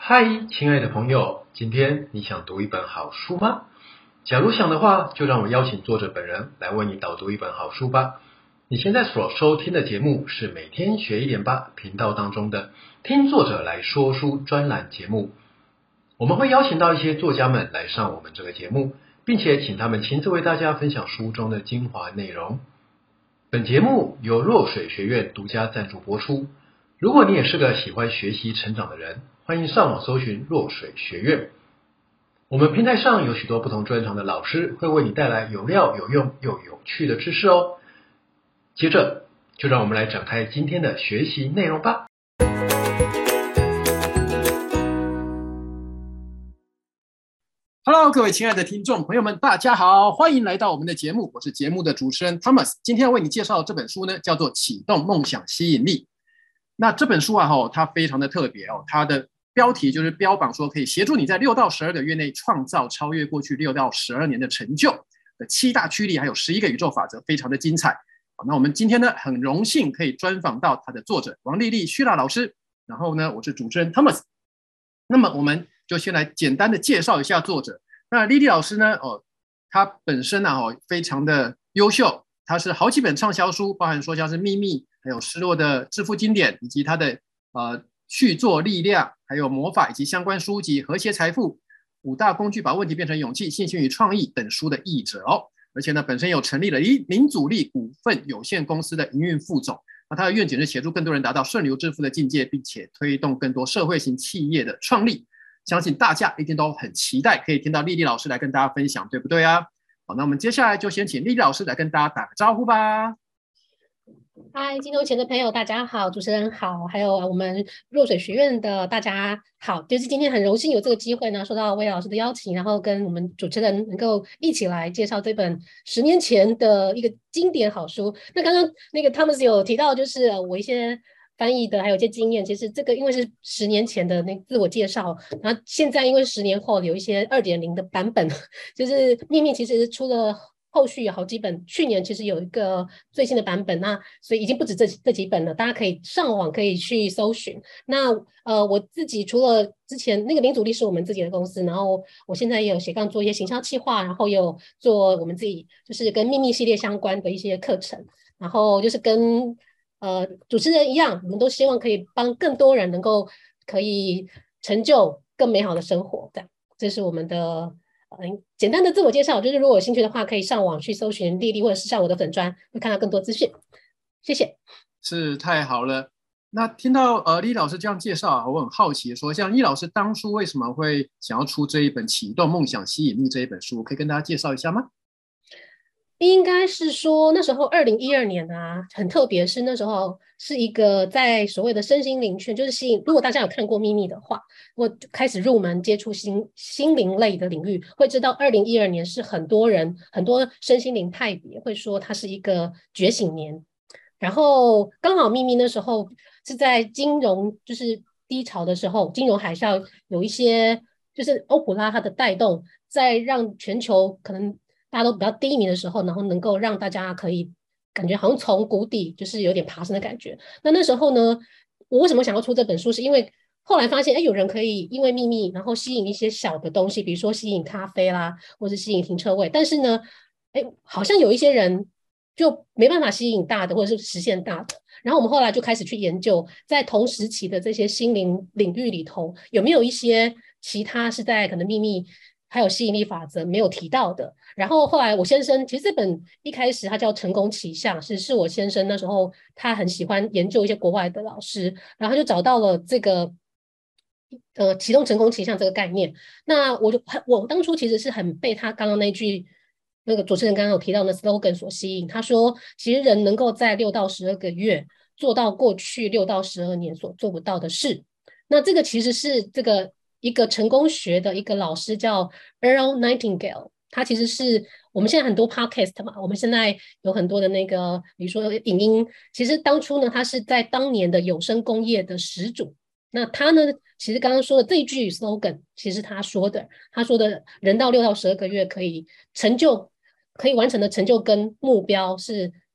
嗨，亲爱的朋友，今天你想读一本好书吗？假如想的话，就让我邀请作者本人来为你导读一本好书吧。你现在所收听的节目是每天学一点吧频道当中的听作者来说书专栏节目。我们会邀请到一些作家们来上我们这个节目，并且请他们亲自为大家分享书中的精华内容。本节目由若水学院独家赞助播出。如果你也是个喜欢学习成长的人，欢迎上网搜寻若水学院。我们平台上有许多不同专长的老师，会为你带来有料、有用又有趣的知识哦。接着，就让我们来展开今天的学习内容吧。 Hello， 各位亲爱的听众朋友们，大家好，欢迎来到我们的节目，我是节目的主持人 Thomas。今天要为你介绍这本书呢，叫做《启动梦想吸引力》。那这本书啊，它非常的特别哦，它的标题就是标榜说可以协助你在6到12个月内创造超越过去6到12年的成就的7大驱力，还有11个宇宙法则，非常的精彩。好，那我们今天呢，很荣幸可以专访到它的作者王丽丽虚娜老师，然后呢，我是主持人 Thomas。那么我们就先来简单的介绍一下作者。那丽丽老师呢，她本身啊，非常的优秀，她是好几本畅销书，包含说像是《秘密》，还有《失落的致富经典》，以及她的续作《力量》，还有《魔法》以及相关书籍《和谐财富》、5大工具把问题变成勇气、信心与创意等书的译者哦。而且呢，本身有成立了零阻力股份有限公司的营运副总。那他的愿景是协助更多人达到顺流致富的境界，并且推动更多社会型企业的创立。相信大家一定都很期待可以听到丽丽老师来跟大家分享，对不对啊？好，那我们接下来就先请丽丽老师来跟大家打个招呼吧。 嗨，镜头前的朋友大家好，主持人好，还有我们若水学院的大家好。就是今天很荣幸有这个机会呢，受到魏老师的邀请，然后跟我们主持人能够一起来介绍这本10年前的一个经典好书。那刚刚那个 Thomas 有提到，就是我一些翻译的还有一些经验，其实这个因为是10年前的那自我介绍，然后现在因为10年后有一些2.0的版本，就是秘密其实出了后续有好几本，去年其实有一个最新的版本，那所以已经不止这几本了，大家可以上网可以去搜寻。那我自己除了之前那个零阻力是我们自己的公司，然后我现在也有斜杠做一些行销企划，然后也有做我们自己就是跟秘密系列相关的一些课程，然后就是跟主持人一样，我们都希望可以帮更多人能够可以成就更美好的生活，这是我们的简单的自我介绍。就是如果有兴趣的话，可以上网去搜寻丽丽，或者是上我的粉专，会看到更多资讯。谢谢。 是，太好了。那听到丽老师这样介绍啊，我很好奇说，像丽老师当初为什么会想要出这一本《启动梦想吸引力》这一本书，可以跟大家介绍一下吗？ 应该是说那时候2012年啊，很特别，是那时候是一个在所谓的身心灵圈，就是吸引。如果大家有看过《秘密》的话，我开始入门接触心灵类的领域，会知道2012年是很多人很多身心灵派别会说它是一个觉醒年。然后刚好秘密那时候是在金融就是低潮的时候，金融海啸有一些就是欧普拉它的带动，在让全球可能大家都比较低迷的时候，然后能够让大家可以感觉好像从谷底就是有点爬升的感觉。那时候呢，我为什么想要出这本书，是因为后来发现，有人可以因为秘密，然后吸引一些小的东西，比如说吸引咖啡啦，或是吸引停车位，但是呢，好像有一些人就没办法吸引大的，或者是实现大的。然后我们后来就开始去研究，在同时期的这些心灵领域里头，有没有一些其他是在可能秘密还有吸引力法则没有提到的。然后后来我先生，其实这本一开始它叫成功奇象，是我先生那时候他很喜欢研究一些国外的老师，然后他就找到了这个启动成功奇象这个概念。那我当初其实是很被他刚刚那句那个主持人刚刚有提到的 slogan 所吸引。他说其实人能够在6到12个月做到过去6到12年所做不到的事。那这个其实是这个一个成功学的一个老师叫 Earl Nightingale， 他其实是我们现在很多 podcast 嘛，我们现在有很多的那个比如说影音，其实当初呢他是在当年的有声工业的始祖。那他呢，其实刚刚说的这一句 slogan 其实他说的人到6到12个月可以完成的成就跟目标是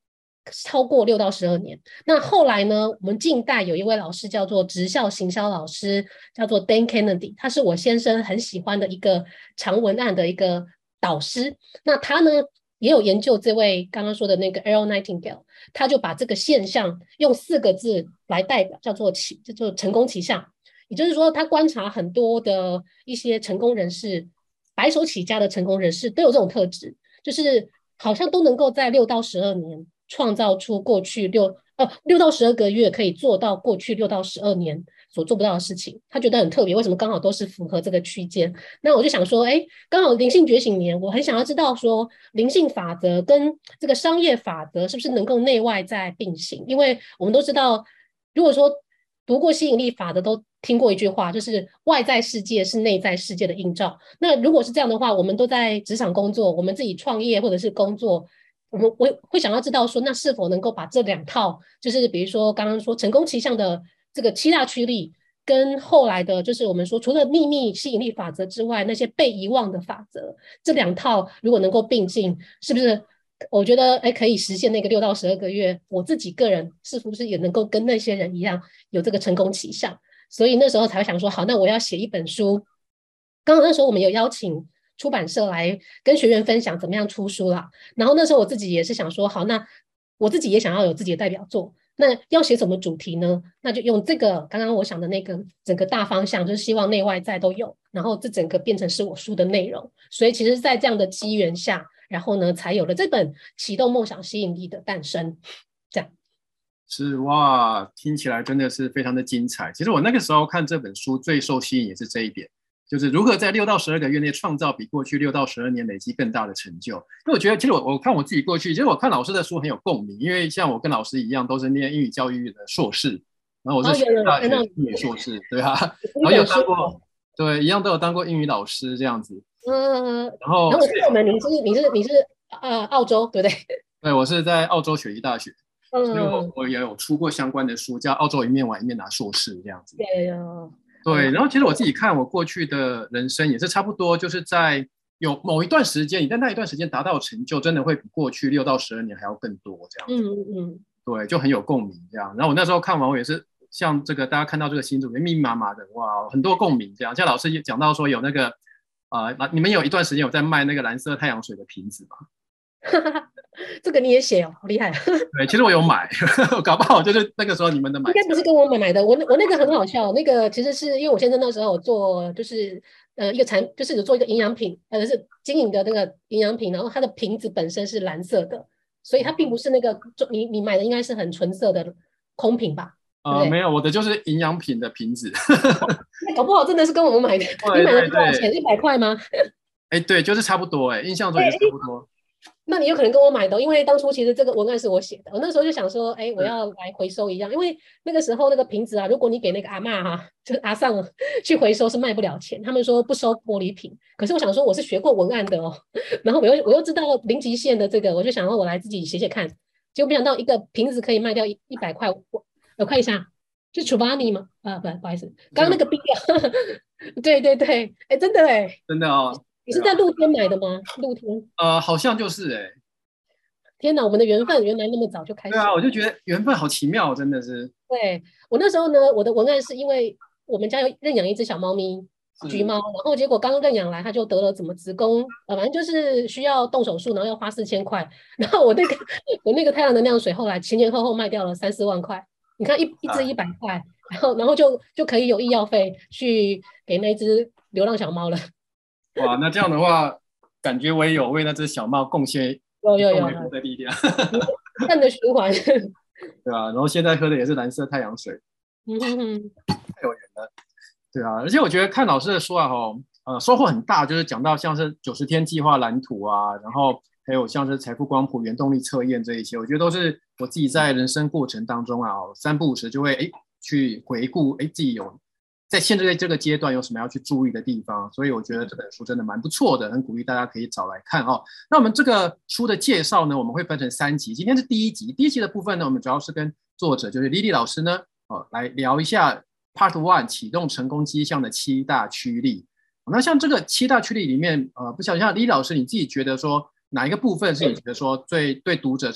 超过6到12年。那后来呢，我们近代有一位老师叫做职校行销老师，叫做 Dan Kennedy， 他是我先生很喜欢的一个长文案的一个导师。那他呢也有研究这位刚刚说的那个 Earl Nightingale， 他就把这个现象用4个字来代表，叫做成功奇象。也就是说，他观察很多的一些成功人士，白手起家的成功人士都有这种特质，就是好像都能够在6到12年创造出过去6到12个月可以做到过去6到12年所做不到的事情。他觉得很特别，为什么刚好都是符合这个区间？那我就想说，刚好灵性觉醒年，我很想要知道说，灵性法则跟这个商业法则是不是能够内外在并行？因为我们都知道，如果说读过吸引力法则都听过一句话，就是外在世界是内在世界的映照。那如果是这样的话，我们都在职场工作，我们自己创业或者是工作，我会想要知道说，那是否能够把这2套，就是比如说刚刚说成功奇象的这个7大驱力，跟后来的就是我们说除了秘密吸引力法则之外，那些被遗忘的法则，这2套如果能够并进，是不是我觉得可以实现那个6到12个月，我自己个人是不是也能够跟那些人一样有这个成功奇象？所以那时候才会想说，好，那我要写一本书。刚好那时候我们有邀请出版社来跟学员分享怎么样出书啦。然后那时候我自己也是想说，好，那我自己也想要有自己的代表作，那要写什么主题呢？那就用这个刚刚我想的那个整个大方向，就是希望内外在都有，然后这整个变成是我书的内容。所以其实在这样的机缘下，然后呢才有了这本启动梦想吸引力的诞生。这样是哇，听起来真的是非常的精彩。其实我那个时候看这本书最受吸引也是这一点，就是如何在6到12个月内创造比过去6到12年累积更大的成就。因为我觉得其实我看我自己过去，其实我看老师的书很有共鸣，因为像我跟老师一样都是念英语教育的硕士，然后我是学大学英语硕士，对吧？然后有当过，对，一样都有当过英语老师这样子。然后我记得我们你是澳洲对不对？ 对，我是在澳洲雪梨大学。所以我也有出过相关的书，叫《澳洲一面玩一面拿硕士》这样子。对，然后其实我自己看我过去的人生也是差不多，就是在有某一段时间，你在那一段时间达到成就，真的会比过去6到12年还要更多这样子。对，就很有共鸣这样。然后我那时候看完，我也是像这个大家看到这个新主题密密麻麻的，哇，很多共鸣这样。像老师也讲到说有那个你们有一段时间有在卖那个蓝色太阳水的瓶子吗？ 这个你也写哦，好厉害！ 对，其实我有买，搞不好就是那个时候你们的买， 应该不是跟我买的。我那个很好笑，那个其实是因为我先生那时候做就是一个就是有做一个营养品，是经营的那个营养品，然后它的瓶子本身是蓝色的，所以它并不是那个你买的应该是很纯色的空瓶吧？ 没有，我的就是营养品的瓶子。 那搞不好真的是跟我们买的。你买的多少钱？100块吗？ 对，就是差不多印象中也是差不多。 那你有可能跟我买的，因为当初其实这个文案是我写的，我那时候就想说，我要来回收一样，因为那个时候那个瓶子啊，如果你给那个阿嬷就是阿桑去回收是卖不了钱，他们说不收玻璃瓶。可是我想说我是学过文案的哦，然后我又知道零极限的这个，我就想说我来自己写看，结果没想到一个瓶子可以卖掉100块，我看一下，是 Chobani 吗？不好意思，刚刚那个逼掉，对，真的真的哦。 你是在露天买的吗？露天？ 好像就是天哪，我们的缘分原来那么早就开始。 对啊，我就觉得缘分好奇妙，真的是。 对，我那时候呢，我的文案是因为我们家有认养一只小猫咪，橘猫，然后结果刚认养来，它就得了怎么子宫，反正就是需要动手术，然后要花4000块，然后我那个太阳能量水后来前后卖掉了3-4万块，你看一只100块，然后就可以有医药费去给那只流浪小猫了。 哇，那这样的话，感觉我也有为那只小猫贡献有的力量， 正的循环， 对啊，然后现在喝的也是蓝色太阳水，太有缘了，对啊，而且我觉得看老师的书啊，收获很大，就是讲到像是90天计划蓝图啊，然后还有像是财富光谱、原动力测验这一些，我觉得都是我自己在人生过程当中啊，3不5时就会去回顾，自己有。在现在这个阶段有什么要去注意的地方，所以我觉得这本书真的蛮不错的，很鼓励大家可以找来看哦。那我们这个书的介绍呢，我们会分成3集，今天是第1集。第1集的部分呢，我们主要是跟作者就是Lily老师呢，来聊一下 Part 1启动成功迹象的7大驱力。那像这个7大驱力里面，不晓得像Lily老师你自己觉得说哪一个部分是你觉得说对读者是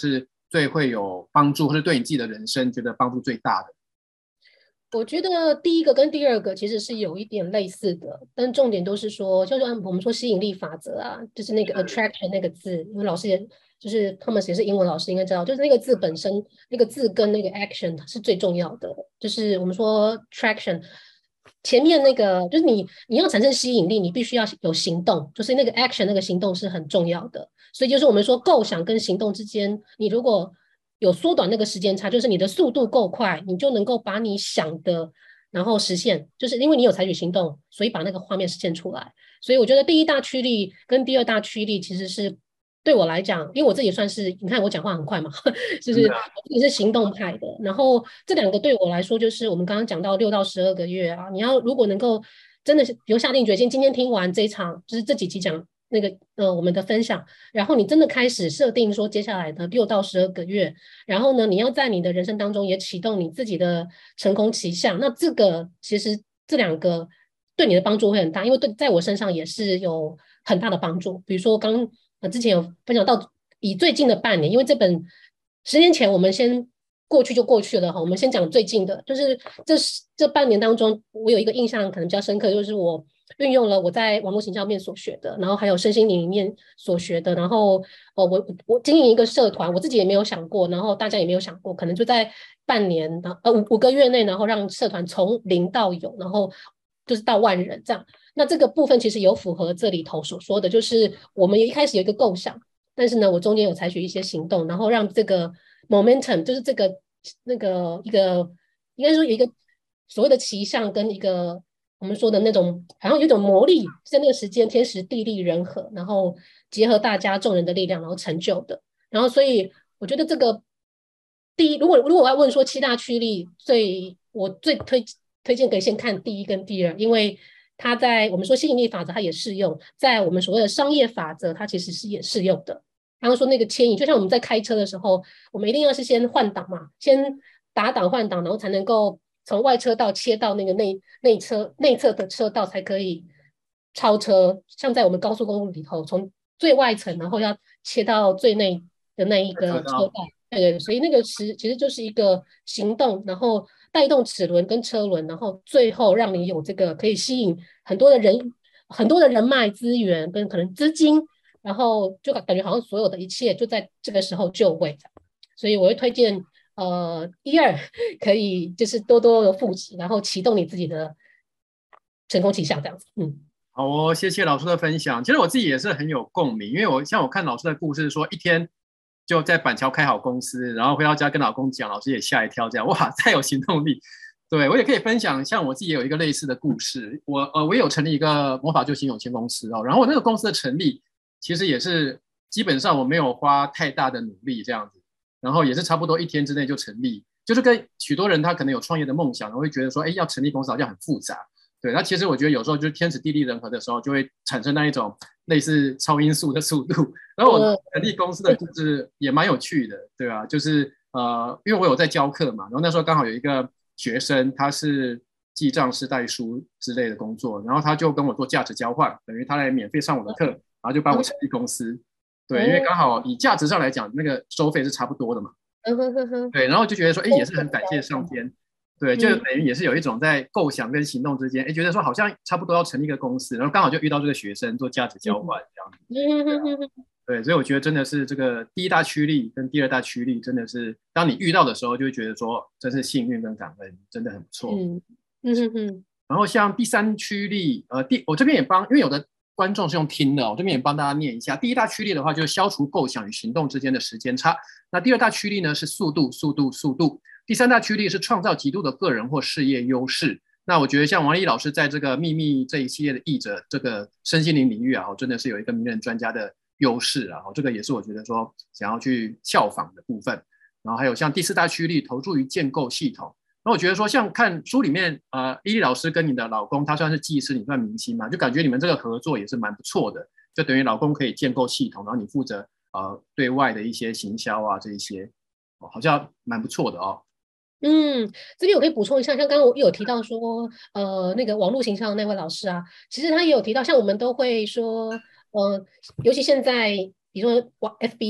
最会有帮助，或者对你自己的人生觉得帮助最大的？ 我觉得第一个跟第二个其实是有一点类似的，但重点都是说，就是按我们说吸引力法则啊，就是那个 attraction 那个字，因为老师也就是 Thomas 也是英文老师，应该知道，就是那个字本身，那个字跟那个 action 是最重要的。就是我们说 traction 前面那个，就是你要产生吸引力，你必须要有行动，就是那个 action 那个行动是很重要的。所以就是我们说构想跟行动之间，你如果有缩短那个时间差，就是你的速度够快，你就能够把你想的然后实现，就是因为你有采取行动，所以把那个画面实现出来。所以我觉得第一大驱力跟第二大驱力其实是对我来讲，因为我自己算是，你看我讲话很快嘛，就是我自己是行动派的。然后这两个对我来说，就是我们刚刚讲到6到12个月啊，你要如果能够真的是比如下定决心，今天听完这一场，就是这几集讲那个我们的分享，然后你真的开始设定说接下来的6到12个月，然后呢，你要在你的人生当中也启动你自己的成功期项，那这个其实这两个对你的帮助会很大，因为在我身上也是有很大的帮助。比如说之前有分享到，以最近的半年，因为这本10年前我们先过去就过去了哈，我们先讲最近的，就是这半年当中，我有一个印象可能比较深刻，就是我运用了我在网络行销面所学的，然后还有身心灵里面所学的，然后我经营一个社团，我自己也没有想过，然后大家也没有想过，可能就在半年5个月内，然后让社团从零到有，然后就是到万人这样。那这个部分其实有符合这里头所说的，就是我们一开始有一个构想，但是呢，我中间有采取一些行动，然后让这个 momentum，就是这个那个一个应该说有一个所谓的奇象跟一个我们说的那种好像有一种魔力，在那个时间天时地利人和，然后结合大家众人的力量，然后成就的。然后所以我觉得这个第一，如果我要问说7大驱力，我最推荐可以先看第一跟第二，因为它在我们说吸引力法则，它也适用；在我们所谓的商业法则，它其实是也适用的。刚刚说那个牵引，就像我们在开车的时候，我们一定要是先换挡嘛，先打档换挡，然后才能够从外车道切到那个内侧的车道，才可以超车。像在我们高速公路里头，从最外层，然后要切到最内的那一个车道。对，所以那个其实就是一个行动，然后带动齿轮跟车轮，然后最后让你有这个可以吸引很多的人脉资源跟可能资金，然后就感觉好像所有的一切就在这个时候就位。所以我会推荐一二可以就是多多有复习，然后启动你自己的成功迹象这样子。 好哦，谢谢老师的分享。其实我自己也是很有共鸣，因为我看老师的故事说，一天就在板桥开好公司，然后回到家跟老公讲，老师也吓一跳，这样哇，太有行动力。对，我也可以分享，像我自己也有一个类似的故事。我也有成立一个魔法救星有限公司哦，然后我那个公司的成立，其实也是基本上我没有花太大的努力这样子，然后也是差不多1天之内就成立，就是跟许多人他可能有创业的梦想，然后会觉得说，哎，要成立公司好像很复杂。对，那其实我觉得有时候就是天时地利人和的时候，就会产生那一种类似超音速的速度。然后我成立公司的故事也蛮有趣的，对啊，就是因为我有在教课嘛，然后那时候刚好有一个学生，他是记账师、代书之类的工作，然后他就跟我做价值交换，等于他来免费上我的课，然后就帮我成立公司。对，因为刚好以价值上来讲，那个收费是差不多的嘛。对，然后就觉得说，哎，也是很感谢上天。对，就等于也是有一种在构想跟行动之间，哎，觉得说好像差不多要成立一个公司，然后刚好就遇到这个学生做价值交换这样子。对，所以我觉得真的是这个第一大驱力跟第二大驱力，真的是当你遇到的时候，就会觉得说真是幸运跟感恩，真的很不错。然后像第三驱力，我这边也帮，因为有的观众是用听的，我这边也帮大家念一下。第一大驱力的话，就是消除构想与行动之间的时间差。那第二大驱力呢是速度。第三大驱力是创造极度的个人或事业优势。那我觉得像王丽老师在这个秘密这一系列的译者这个身心灵领域啊，真的是有一个名人专家的优势啊，这个也是我觉得说想要去效仿的部分。然后还有像第四大驱力投注于建构系统。那我觉得说像看书里面丽丽老师跟你的老公他算是技师，你算明星嘛，就感觉你们这个合作也是蛮不错的，就等于老公可以建构系统，然后你负责对外的一些行销啊这一些，好像蛮不错的哦。 这边我可以补充一下，像刚刚我有提到说，那个网络行销的那位老师啊，其实他也有提到，像我们都会说，尤其现在，比如说FB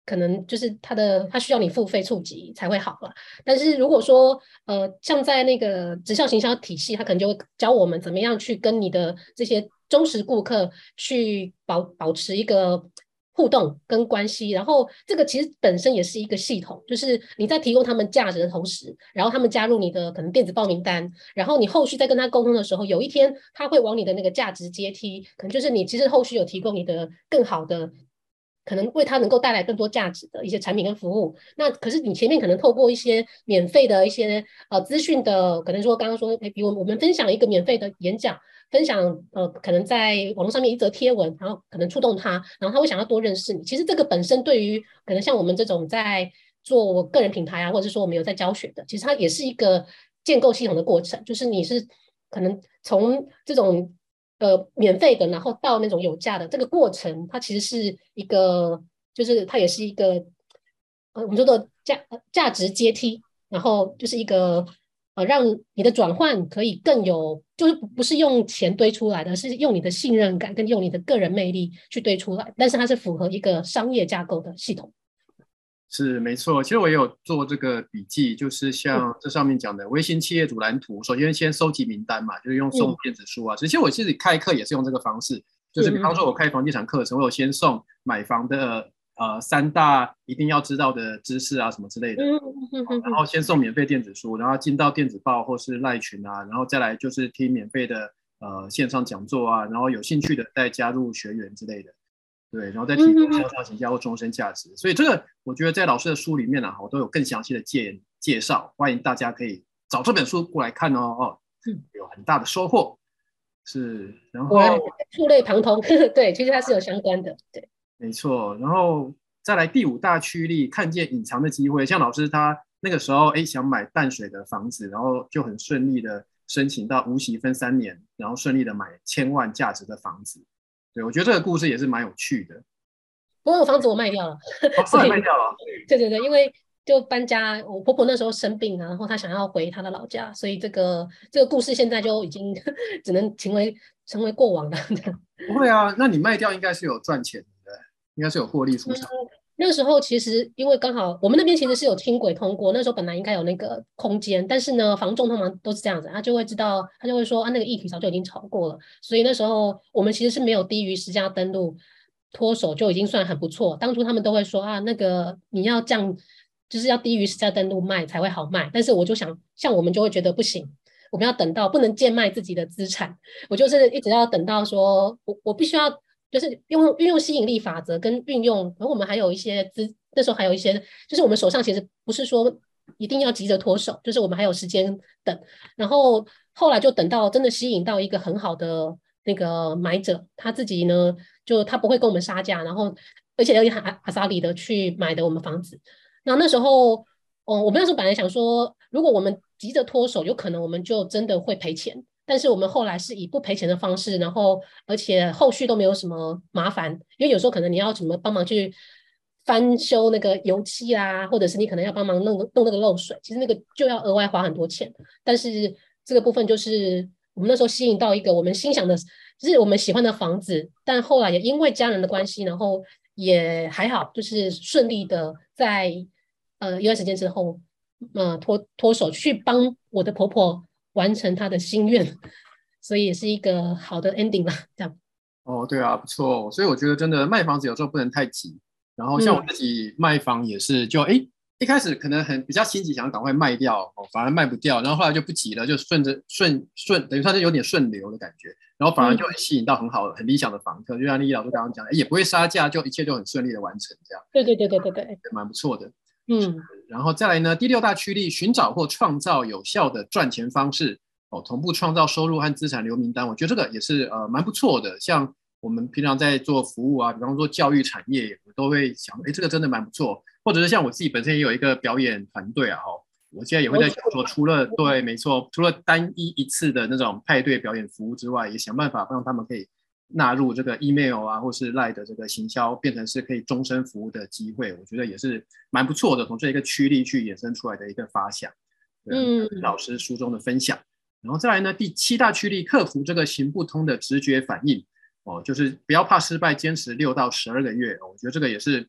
可能就是它需要你付费触及才会好了。但是如果说像在那个直销行销体系，它可能就会教我们怎么样去跟你的这些忠实顾客去保持一个互动跟关系，然后这个其实本身也是一个系统，就是你在提供他们价值的同时，然后他们加入你的可能电子报名单，然后你后续在跟他沟通的时候，有一天他会往你的那个价值阶梯，可能就是你其实后续有提供你的更好的。可能为他能够带来更多价值的一些产品跟服务，那可是你前面可能透过一些免费的一些资讯的，可能说刚刚说，比如我们分享一个免费的演讲，分享可能在网络上面一则贴文，然后可能触动他，然后他会想要多认识你。其实这个本身对于可能像我们这种在做个人品牌啊，或者是说我们有在教学的，其实它也是一个建构系统的过程，就是你是可能从这种免费的，然后到那种有价的这个过程，它其实是一个，就是它也是一个我们说的价值阶梯，然后就是一个让你的转换可以更有，就是不是用钱堆出来的，是用你的信任感跟用你的个人魅力去堆出来，但是它是符合一个商业架构的系统。 是没错，其实我也有做这个笔记，就是像这上面讲的微型企业主蓝图，首先先收集名单嘛，就是用送电子书啊。其实我自己开课也是用这个方式，就是比方说我开房地产课程，我有先送买房的3大一定要知道的知识啊什么之类的，然后先送免费电子书，然后进到电子报或是赖群啊，然后再来就是听免费的线上讲座啊，然后有兴趣的再加入学员之类的。对，然后再提供向上行销或终身价值，所以这个我觉得在老师的书里面啊，我都有更详细的介绍，欢迎大家可以找这本书过来看哦，有很大的收获。是，然后触类旁通，对，其实它是有相关的，对， 没错。然后再来第5大驱力，看见隐藏的机会，像老师他那个时候想买淡水的房子，然后就很顺利的申请到无息分3年，然后顺利的买1000万价值的房子。对，我觉得这个故事也是蛮有趣的。 不过房子我卖掉了， 所以卖掉了。 对对对，因为就搬家，我婆婆那时候生病了，然后她想要回她的老家，所以这个故事现在就已经只能成为过往了。 不会啊，那你卖掉应该是有赚钱的，应该是有获利出场。 那个时候其实因为刚好我们那边其实是有轻轨通过，那时候本来应该有那个空间，但是呢，房仲通常都是这样子，他就会知道，他就会说啊，那个议题早就已经炒过了，所以那时候我们其实是没有低于10家登录脱手就已经算很不错。当初他们都会说啊，那个你要这样，就是要低于10家登录卖才会好卖，但是我就想，像我们就会觉得不行，我们要等到不能贱卖自己的资产，我就是一直要等到说我必须要。就是运用吸引力法则跟运用，然后我们还有一些那时候还有一些，就是我们手上其实不是说一定要急着脱手，就是我们还有时间等。然后后来就等到真的吸引到一个很好的那个买者，他自己呢就他不会跟我们杀价，然后而且要很阿萨里的去买的我们房子。那时候，我们那时候本来想说，如果我们急着脱手，有可能我们就真的会赔钱。但是我们后来是以不赔钱的方式，然后而且后续都没有什么麻烦，因为有时候可能你要什么帮忙去翻修那个油漆啊，或者是你可能要帮忙弄那个漏水，其实那个就要额外花很多钱。但是这个部分就是我们那时候吸引到一个我们心想的，就是我们喜欢的房子，但后来也因为家人的关系，然后也还好，就是顺利的在一段时间之后，脱手去帮我的婆婆完成她的心愿，所以也是一个好的 ending 啦。这样。 哦，对啊，不错。所以我觉得真的卖房子有时候不能太急。然后像我自己卖房也是，就一开始可能比较心急，想要赶快卖掉，反而卖不掉，然后后来就不急了，就顺，等于算是有点顺流的感觉，然后反而就吸引到很好很理想的房客，就像丽老师刚刚讲，也不会杀价，就一切就很顺利的完成这样。 对， 蛮不错的。 然后再来呢，第6大驱力，寻找或创造有效的赚钱方式，同步创造收入和资产流名单，我觉得这个也是蛮不错的。像我们平常在做服务啊，比方说教育产业，我都会想，这个真的蛮不错。或者是像我自己本身也有一个表演团队啊，我现在也会在想说，除了对，没错，除了单一次的那种派对表演服务之外，也想办法让他们可以纳入这个 email 啊，或是 LINE 的这个行销，变成是可以终身服务的机会，我觉得也是蛮不错的，从这一个驱力去衍生出来的一个发想。老师书中的分享。然后再来呢，第7大驱力，克服这个行不通的直觉反应，就是不要怕失败，坚持6到12个月。我觉得这个也是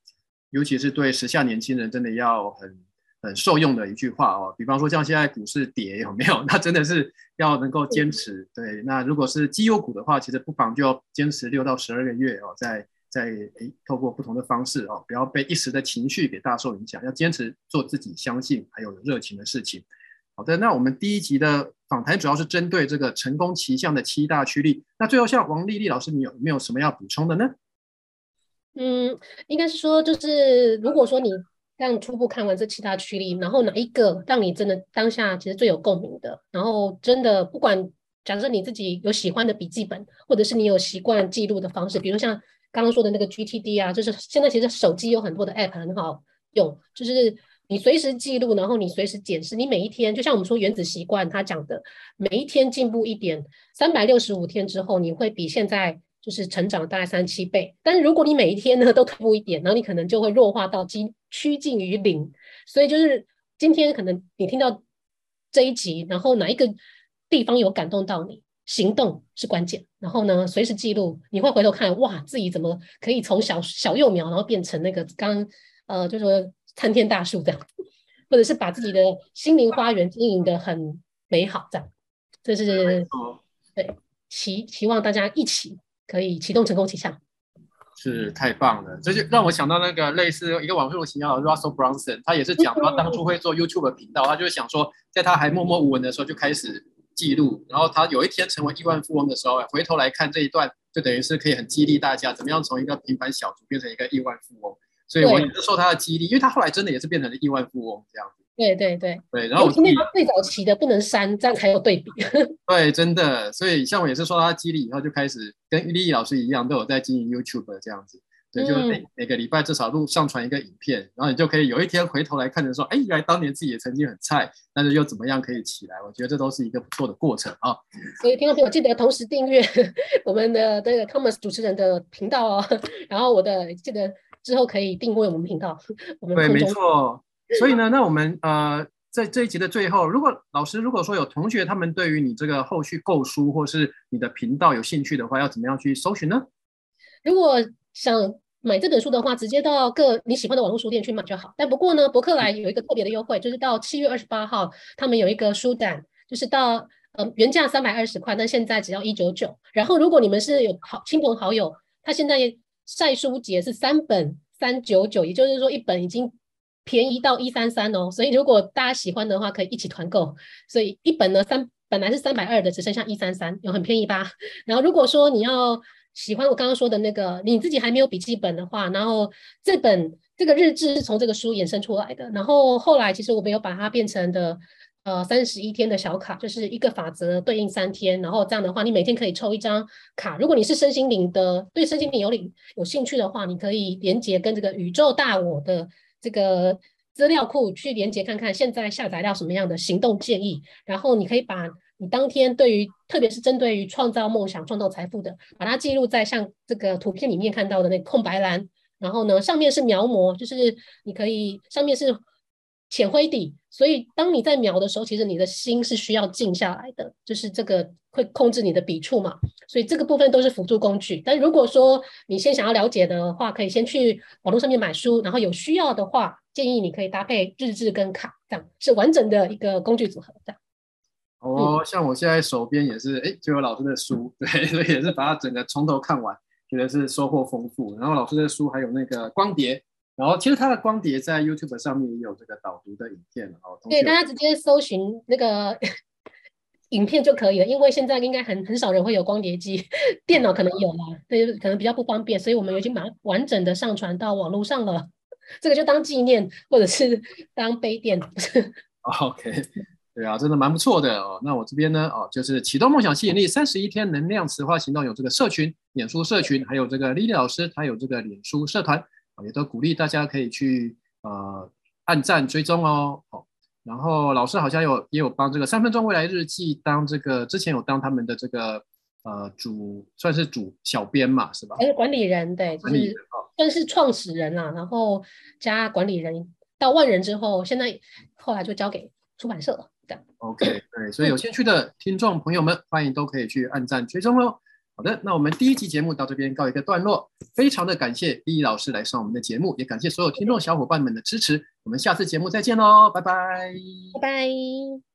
尤其是对时下年轻人真的要很受用的一句话哦。比方说像现在股市跌有没有？那真的是要能够坚持。对，那如果是绩优股的话，其实不妨就要坚持6到12个月哦，再透过不同的方式哦，不要被一时的情绪给大受影响，要坚持做自己相信还有热情的事情。好的，那我们第一集的访谈主要是针对这个成功奇象的7大驱力。那最后像王丽丽老师，你有没有什么要补充的呢？ 应该是说，就是如果说你这样初步看完这7大驱力，然后哪一个让你真的当下其实最有共鸣的，然后真的不管假设你自己有喜欢的笔记本，或者是你有习惯记录的方式，比如像刚刚说的那个 GTD 啊，就是现在其实手机有很多的 App 很好用，就是你随时记录，然后你随时检视，你每一天就像我们说原子习惯他讲的，每一天进步一点，365天之后，你会比现在就是成长大概3、7倍。但是如果你每一天呢都退步一点，然后你可能就会弱化到趋近于0。所以就是今天可能你听到这一集，然后哪一个地方有感动到你，行动是关键。然后呢，随时记录，你会回头看，哇，自己怎么可以从小幼苗，然后变成那个就是说参天大树这样，或者是把自己的心灵花园经营的很美好这样。这是对期望大家一起可以启动成功奇象。 是太棒了，这就让我想到那个类似一个网络行销的 Russell Brunson， 他也是讲他当初会做 YouTube 频道，他就是想说，在他还默默无闻的时候就开始记录，然后他有一天成为亿万富翁的时候，回头来看这一段，就等于是可以很激励大家怎么样从一个平凡小卒变成一个亿万富翁。所以我也是受他的激励，因为他后来真的也是变成了亿万富翁这样子。 对， 然后我那他最早期的不能删，这样才有对比。 对，真的，所以像我也是受他激励以后，就开始跟丽丽老师一样，都有在经营 YouTube 这样子。对，就每个礼拜至少上传一个影片，然后你就可以有一天回头来看着说，哎，原来当年自己也曾经很菜，但是又怎么样可以起来？我觉得这都是一个不错的过程啊。 所以听众朋友记得同时订阅我们的这个 Thomas 主持人的频道哦，然后记得之后可以订阅我们频道。 对，没错。所以呢，那我们在这一集的最后，如果说有同学他们对于你这个后续购书或是你的频道有兴趣的话，要怎么样去搜寻呢？ 如果想买这本书的话，直接到你喜欢的网络书店去买就好。但不过呢，博客来有一个特别的优惠，就是到7月28号，他们有一个书单，就是到原价320块，但现在只要199。然后如果你们是有亲朋好友，他现在晒书节是3本399，也就是说1本已经便宜到133哦。所以如果大家喜欢的话，可以一起团购。所以1本呢本来是320的，只剩下133，有很便宜吧？然后如果说你要喜欢我刚刚说的那个，你自己还没有笔记本的话，然后这个日志是从这个书衍生出来的，然后后来其实我们有把它变成的31天的小卡，就是一个法则对应3天，然后这样的话，你每天可以抽一张卡。如果你是身心灵对身心灵有兴趣的话，你可以连接跟这个宇宙大我的这个资料库去连接看看现在下载到什么样的行动建议，然后你可以把你当天特别是针对于创造梦想、创造财富的，把它记录在像这个图片里面看到的那个空白栏，然后呢，上面是描摹，就是你可以上面是浅灰底，所以当你在描的时候，其实你的心是需要静下来的，就是这个会控制你的笔触嘛，所以这个部分都是辅助工具。但如果说你先想要了解的话，可以先去网络上面买书，然后有需要的话，建议你可以搭配日志跟卡，这样是完整的一个工具组合，这样。 像我现在手边也是，就有老师的书，对，所以也是把它整个从头看完，觉得是收获丰富。然后老师的书还有那个光碟，然后其实他的光碟在 YouTube 上面也有这个导读的影片， 对，大家直接搜寻那个影片就可以了，因为现在应该很少人会有光碟机，电脑可能有啦，对，可能比较不方便，所以我们已经把它完整的上传到网络上了，这个就当纪念或者是当杯垫。 OK。对啊，真的蛮不错的哦。那我这边呢，就是启动梦想吸引力31天能量磁化行动，有这个社群、脸书社群，还有这个莉莉老师，他有这个脸书社团，也都鼓励大家可以去按赞追踪哦。然后老师好像也有帮这个3分钟未来日记当这个之前有当他们的这个算是主小编嘛，是吧？ 还是管理人，对，就是算是创始人啦，然后加管理人到万人之后，后来就交给出版社了。 OK， 对，所以有兴趣的听众朋友们，欢迎都可以去按赞追踪哦。 好的，那我们第一集节目到这边告一个段落，非常的感谢丽丽老师来上我们的节目，也感谢所有听众小伙伴们的支持，我们下次节目再见喽，拜拜， 拜拜。